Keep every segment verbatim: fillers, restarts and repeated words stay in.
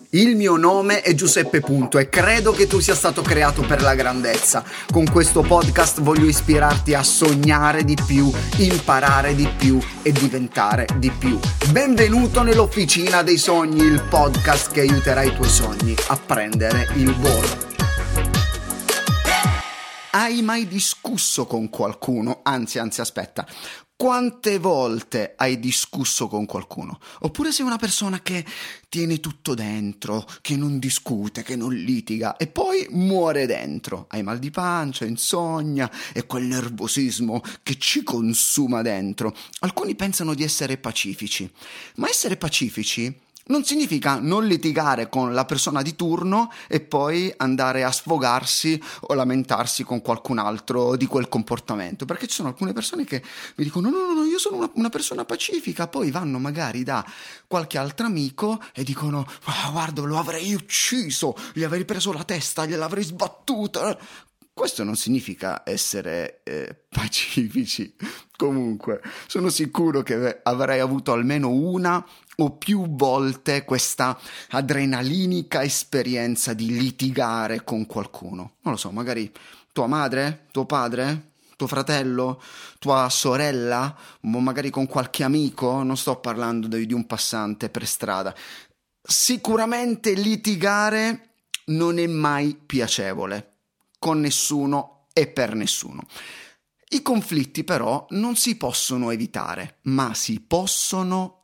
Il mio nome è Giuseppe Punto e credo che tu sia stato creato per la grandezza. Con questo podcast voglio ispirarti a sognare di più, imparare di più e diventare di più. Benvenuto nell'Officina dei Sogni, il podcast che aiuterà i tuoi sogni a prendere il volo. Hai mai discusso con qualcuno? Anzi, anzi, aspetta. Quante volte hai discusso con qualcuno? Oppure sei una persona che tiene tutto dentro, che non discute, che non litiga e poi muore dentro? Hai mal di pancia, insonnia e quel nervosismo che ci consuma dentro. Alcuni pensano di essere pacifici, ma essere pacifici non significa non litigare con la persona di turno e poi andare a sfogarsi o lamentarsi con qualcun altro di quel comportamento, perché ci sono alcune persone che mi dicono no, no, no, io sono una, una persona pacifica, poi vanno magari da qualche altro amico e dicono ah, guarda, lo avrei ucciso, gli avrei preso la testa, gliel'avrei sbattuta. Questo non significa essere eh, pacifici. Comunque, sono sicuro che avrai avuto almeno una o più volte questa adrenalinica esperienza di litigare con qualcuno. Non lo so, magari tua madre, tuo padre, tuo fratello, tua sorella, o magari con qualche amico, non sto parlando di, di un passante per strada. Sicuramente litigare non è mai piacevole, con nessuno e per nessuno. I conflitti però non si possono evitare, ma si possono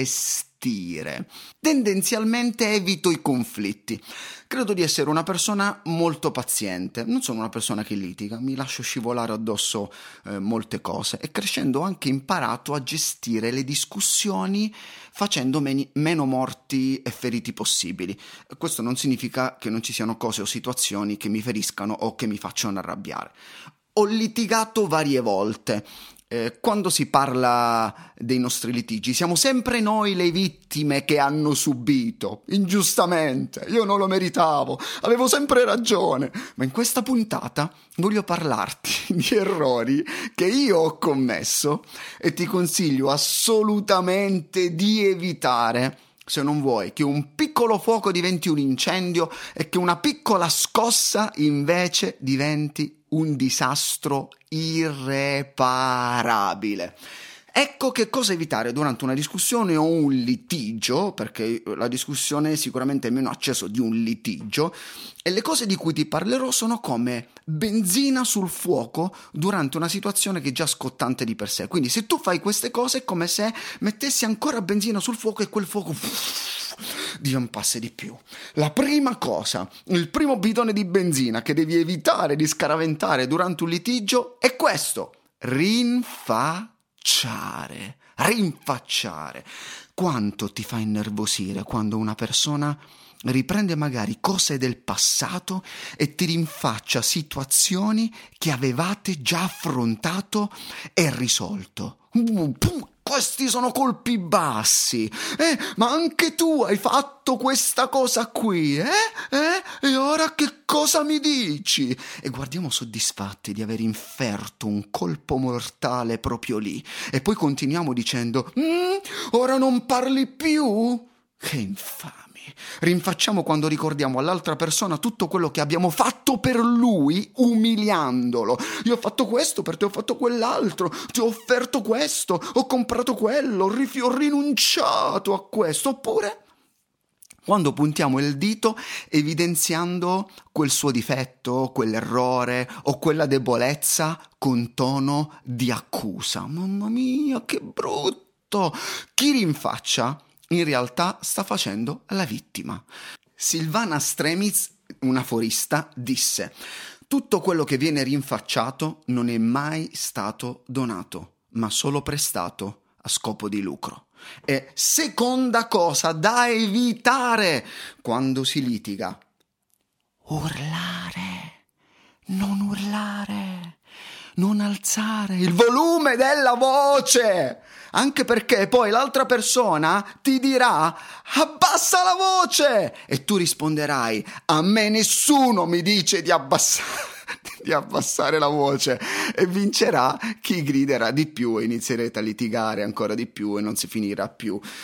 gestire. Tendenzialmente evito i conflitti. Credo di essere una persona molto paziente, non sono una persona che litiga, mi lascio scivolare addosso eh, molte cose e crescendo ho anche imparato a gestire le discussioni facendo meni- meno morti e feriti possibili. Questo non significa che non ci siano cose o situazioni che mi feriscano o che mi facciano arrabbiare. Ho litigato varie volte. Eh, quando si parla dei nostri litigi, siamo sempre noi le vittime che hanno subito, ingiustamente. Io non lo meritavo, avevo sempre ragione. Ma in questa puntata voglio parlarti di errori che io ho commesso e ti consiglio assolutamente di evitare se non vuoi che un piccolo fuoco diventi un incendio e che una piccola scossa invece diventi un disastro irreparabile. Ecco che cosa evitare durante una discussione o un litigio, perché la discussione è sicuramente meno acceso di un litigio, e le cose di cui ti parlerò sono come benzina sul fuoco durante una situazione che è già scottante di per sé. Quindi se tu fai queste cose è come se mettessi ancora benzina sul fuoco e quel fuoco divampasse di più. La prima cosa, il primo bidone di benzina che devi evitare di scaraventare durante un litigio è questo: rinfacciare. Rinfacciare. Quanto ti fa innervosire quando una persona riprende magari cose del passato e ti rinfaccia situazioni che avevate già affrontato e risolto. Uh, pum, questi sono colpi bassi, eh, ma anche tu hai fatto questa cosa qui, eh? Eh? E ora che cosa mi dici? E guardiamo soddisfatti di aver inferto un colpo mortale proprio lì, e poi continuiamo dicendo, mm, ora non parli più? Che infami! Rinfacciamo quando ricordiamo all'altra persona tutto quello che abbiamo fatto per lui, umiliandolo. Io ho fatto questo per te, ho fatto quell'altro, ti ho offerto questo, ho comprato quello, ho, rifi- ho rinunciato a questo. Oppure quando puntiamo il dito evidenziando quel suo difetto, quell'errore o quella debolezza con tono di accusa. Mamma mia, che brutto! Chi rinfaccia in realtà sta facendo la vittima. Silvana Stremiz, una forista, disse: tutto quello che viene rinfacciato non è mai stato donato, ma solo prestato a scopo di lucro. E seconda cosa da evitare quando si litiga: urlare, non urlare, non alzare il volume della voce, anche perché poi l'altra persona ti dirà abbassa la voce e tu risponderai a me nessuno mi dice di abbassare di abbassare la voce, e vincerà chi griderà di più e inizierete a litigare ancora di più e non si finirà più.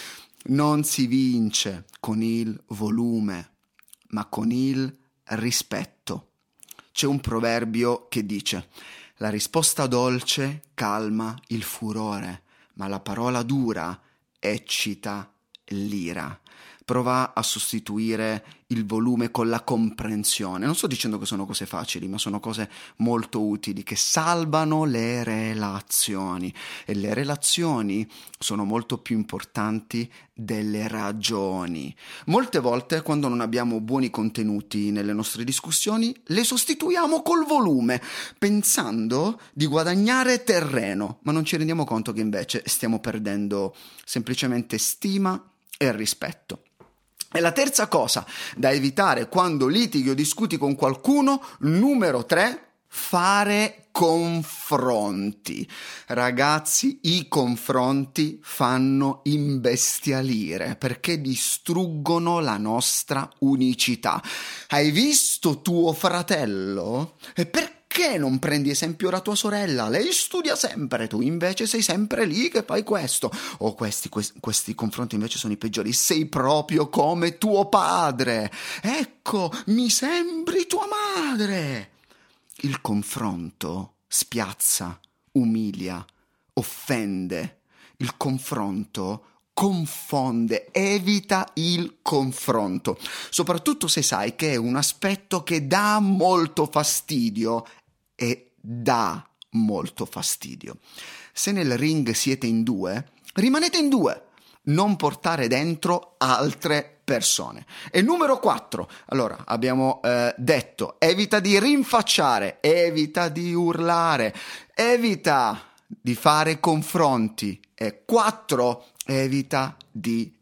non si vince con il volume, ma con il rispetto. C'è un proverbio che dice: la risposta dolce calma il furore, ma la parola dura eccita l'ira. Prova a sostituire il volume con la comprensione. Non sto dicendo che sono cose facili, ma sono cose molto utili che salvano le relazioni. E le relazioni sono molto più importanti delle ragioni. Molte volte, quando non abbiamo buoni contenuti nelle nostre discussioni, le sostituiamo col volume, pensando di guadagnare terreno, ma non ci rendiamo conto che invece stiamo perdendo semplicemente stima e rispetto. E la terza cosa da evitare quando litighi o discuti con qualcuno, numero tre, fare confronti. Ragazzi, i confronti fanno imbestialire perché distruggono la nostra unicità. Hai visto tuo fratello? E perché? Perché non prendi esempio da tua sorella? Lei studia sempre, tu invece sei sempre lì che fai questo. O questi, questi, questi confronti invece sono i peggiori. Sei proprio come tuo padre. Ecco, mi sembri tua madre. Il confronto spiazza, umilia, offende. Il confronto confonde, evita il confronto, soprattutto se sai che è un aspetto che dà molto fastidio e dà molto fastidio. Se nel ring siete in due, rimanete in due, non portare dentro altre persone. E numero quattro, allora abbiamo eh, detto, evita di rinfacciare, evita di urlare, evita di fare confronti. E quattro, evita di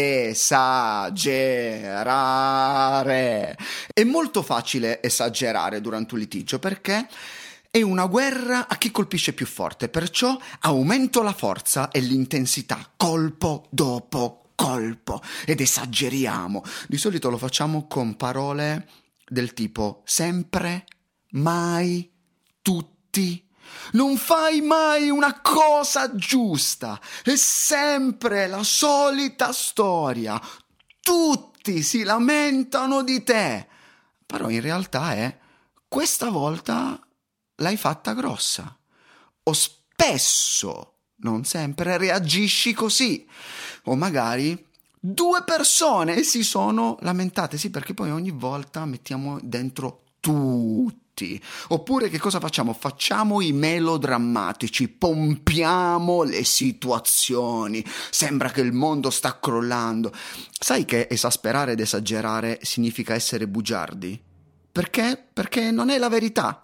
esagerare. È molto facile esagerare durante un litigio perché è una guerra a chi colpisce più forte, perciò aumento la forza e l'intensità, colpo dopo colpo, ed esageriamo. Di solito lo facciamo con parole del tipo sempre, mai, tutti. Non fai mai una cosa giusta, è sempre la solita storia, tutti si lamentano di te, però in realtà è questa volta l'hai fatta grossa, o spesso, non sempre, reagisci così, o magari due persone si sono lamentate, sì, perché poi ogni volta mettiamo dentro tutti. Oppure che cosa facciamo? Facciamo i melodrammatici, pompiamo le situazioni, sembra che il mondo sta crollando. Sai che esasperare ed esagerare significa essere bugiardi? Perché? Perché non è la verità.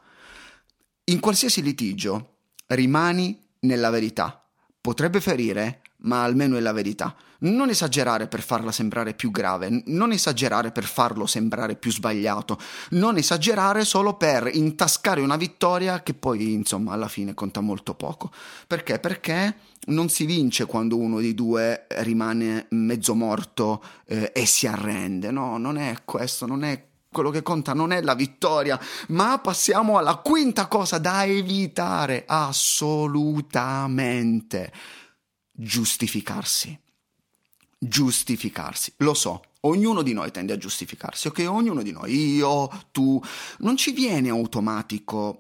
In qualsiasi litigio rimani nella verità. Potrebbe ferire, ma almeno è la verità. Non esagerare per farla sembrare più grave, non esagerare per farlo sembrare più sbagliato, non esagerare solo per intascare una vittoria che poi, insomma, alla fine conta molto poco. Perché? Perché non si vince quando uno dei due rimane mezzo morto eh, e si arrende. No, non è questo, non è quello che conta, non è la vittoria, ma passiamo alla quinta cosa da evitare assolutamente: giustificarsi. Giustificarsi. Lo so, ognuno di noi tende a giustificarsi, ok? Ognuno di noi, io, tu, non ci viene automatico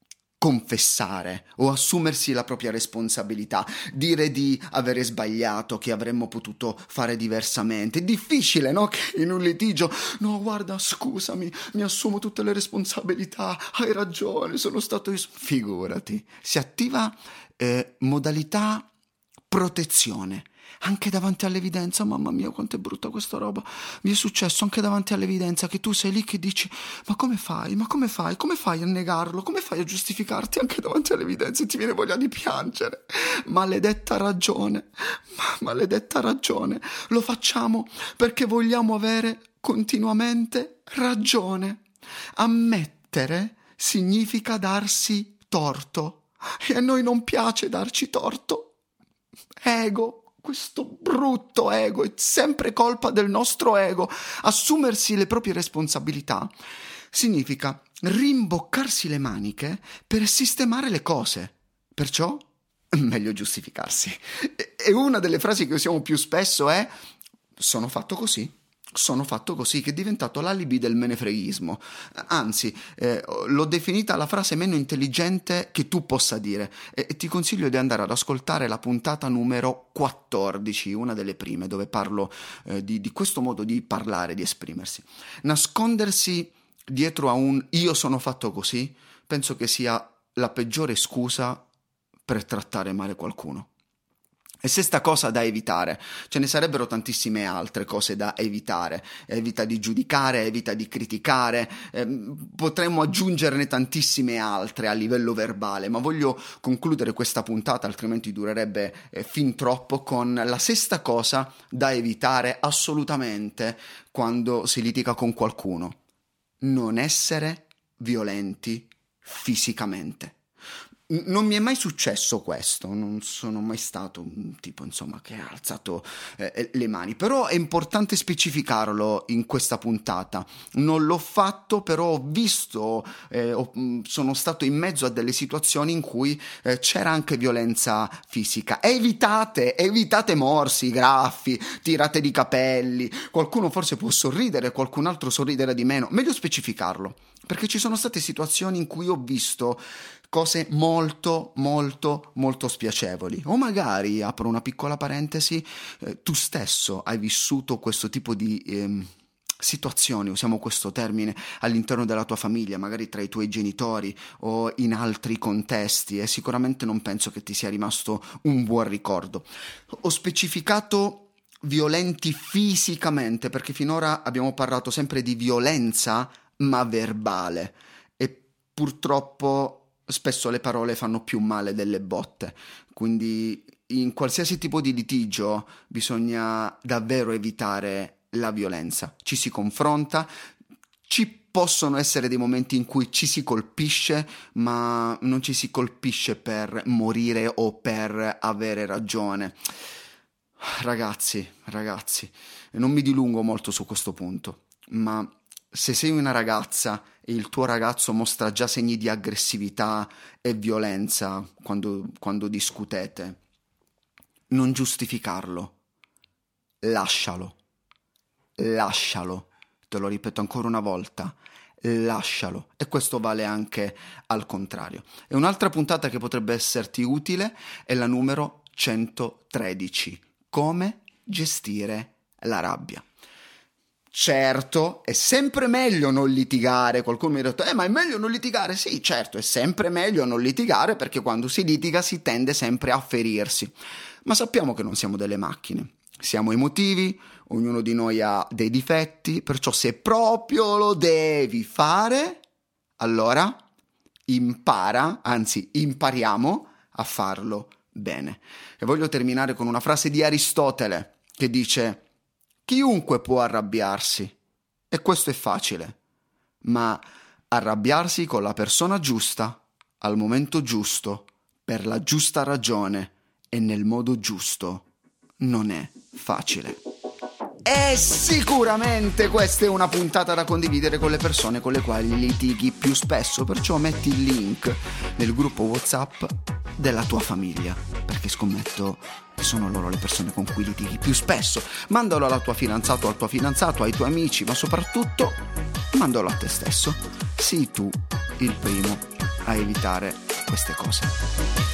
confessare o assumersi la propria responsabilità, dire di avere sbagliato, che avremmo potuto fare diversamente. È difficile, no? Che in un litigio, no, guarda, scusami, mi assumo tutte le responsabilità, hai ragione, sono stato io. Figurati, si attiva eh, modalità protezione. Anche davanti all'evidenza, mamma mia quanto è brutta questa roba, mi è successo anche davanti all'evidenza che tu sei lì che dici ma come fai, ma come fai, come fai a negarlo, come fai a giustificarti anche davanti all'evidenza, e ti viene voglia di piangere. Maledetta ragione, maledetta ragione, lo facciamo perché vogliamo avere continuamente ragione. Ammettere significa darsi torto e a noi non piace darci torto. Ego. Questo brutto ego, è sempre colpa del nostro ego. Assumersi le proprie responsabilità significa rimboccarsi le maniche per sistemare le cose. Perciò meglio giustificarsi. E una delle frasi che usiamo più spesso è sono fatto così. Sono fatto così, che è diventato l'alibi del menefreghismo. Anzi, eh, l'ho definita la frase meno intelligente che tu possa dire, e, e ti consiglio di andare ad ascoltare la puntata numero quattordici, una delle prime, dove parlo eh, di, di questo modo di parlare, di esprimersi. Nascondersi dietro a un io sono fatto così, penso che sia la peggiore scusa per trattare male qualcuno. E sesta cosa da evitare, ce ne sarebbero tantissime altre cose da evitare, evita di giudicare, evita di criticare, eh, potremmo aggiungerne tantissime altre a livello verbale, ma voglio concludere questa puntata, altrimenti durerebbe eh, fin troppo, con la sesta cosa da evitare assolutamente quando si litiga con qualcuno: non essere violenti fisicamente. Non mi è mai successo questo, non sono mai stato un tipo, insomma, che ha alzato eh, le mani, però è importante specificarlo in questa puntata. Non l'ho fatto, però ho visto, eh, ho, sono stato in mezzo a delle situazioni in cui eh, c'era anche violenza fisica. Evitate, evitate morsi, graffi, tirate di capelli, qualcuno forse può sorridere, qualcun altro sorridere di meno, meglio specificarlo, perché ci sono state situazioni in cui ho visto cose molto, molto, molto spiacevoli. O magari, apro una piccola parentesi, eh, tu stesso hai vissuto questo tipo di ehm, situazioni, usiamo questo termine, all'interno della tua famiglia, magari tra i tuoi genitori o in altri contesti, e sicuramente non penso che ti sia rimasto un buon ricordo. Ho specificato violenti fisicamente perché finora abbiamo parlato sempre di violenza, ma verbale, e purtroppo spesso le parole fanno più male delle botte, quindi in qualsiasi tipo di litigio bisogna davvero evitare la violenza. Ci si confronta, ci possono essere dei momenti in cui ci si colpisce, ma non ci si colpisce per morire o per avere ragione. Ragazzi, ragazzi, non mi dilungo molto su questo punto, ma se sei una ragazza e il tuo ragazzo mostra già segni di aggressività e violenza quando, quando discutete, non giustificarlo, lascialo, lascialo, te lo ripeto ancora una volta, lascialo. E questo vale anche al contrario. E un'altra puntata che potrebbe esserti utile è la numero centotredici, come gestire la rabbia. Certo, è sempre meglio non litigare. Qualcuno mi ha detto, eh ma è meglio non litigare? Sì, certo, è sempre meglio non litigare, perché quando si litiga si tende sempre a ferirsi. Ma sappiamo che non siamo delle macchine, siamo emotivi, ognuno di noi ha dei difetti, perciò se proprio lo devi fare, allora impara, anzi impariamo a farlo bene. E voglio terminare con una frase di Aristotele che dice: chiunque può arrabbiarsi, e questo è facile, ma arrabbiarsi con la persona giusta, al momento giusto, per la giusta ragione e nel modo giusto, non è facile. E sicuramente questa è una puntata da condividere con le persone con le quali litighi più spesso, perciò metti il link nel gruppo WhatsApp della tua famiglia, perché scommetto che sono loro le persone con cui litighi più spesso. Mandalo alla tua fidanzata o al tuo fidanzato, ai tuoi amici, ma soprattutto mandalo a te stesso. Sii tu il primo a evitare queste cose.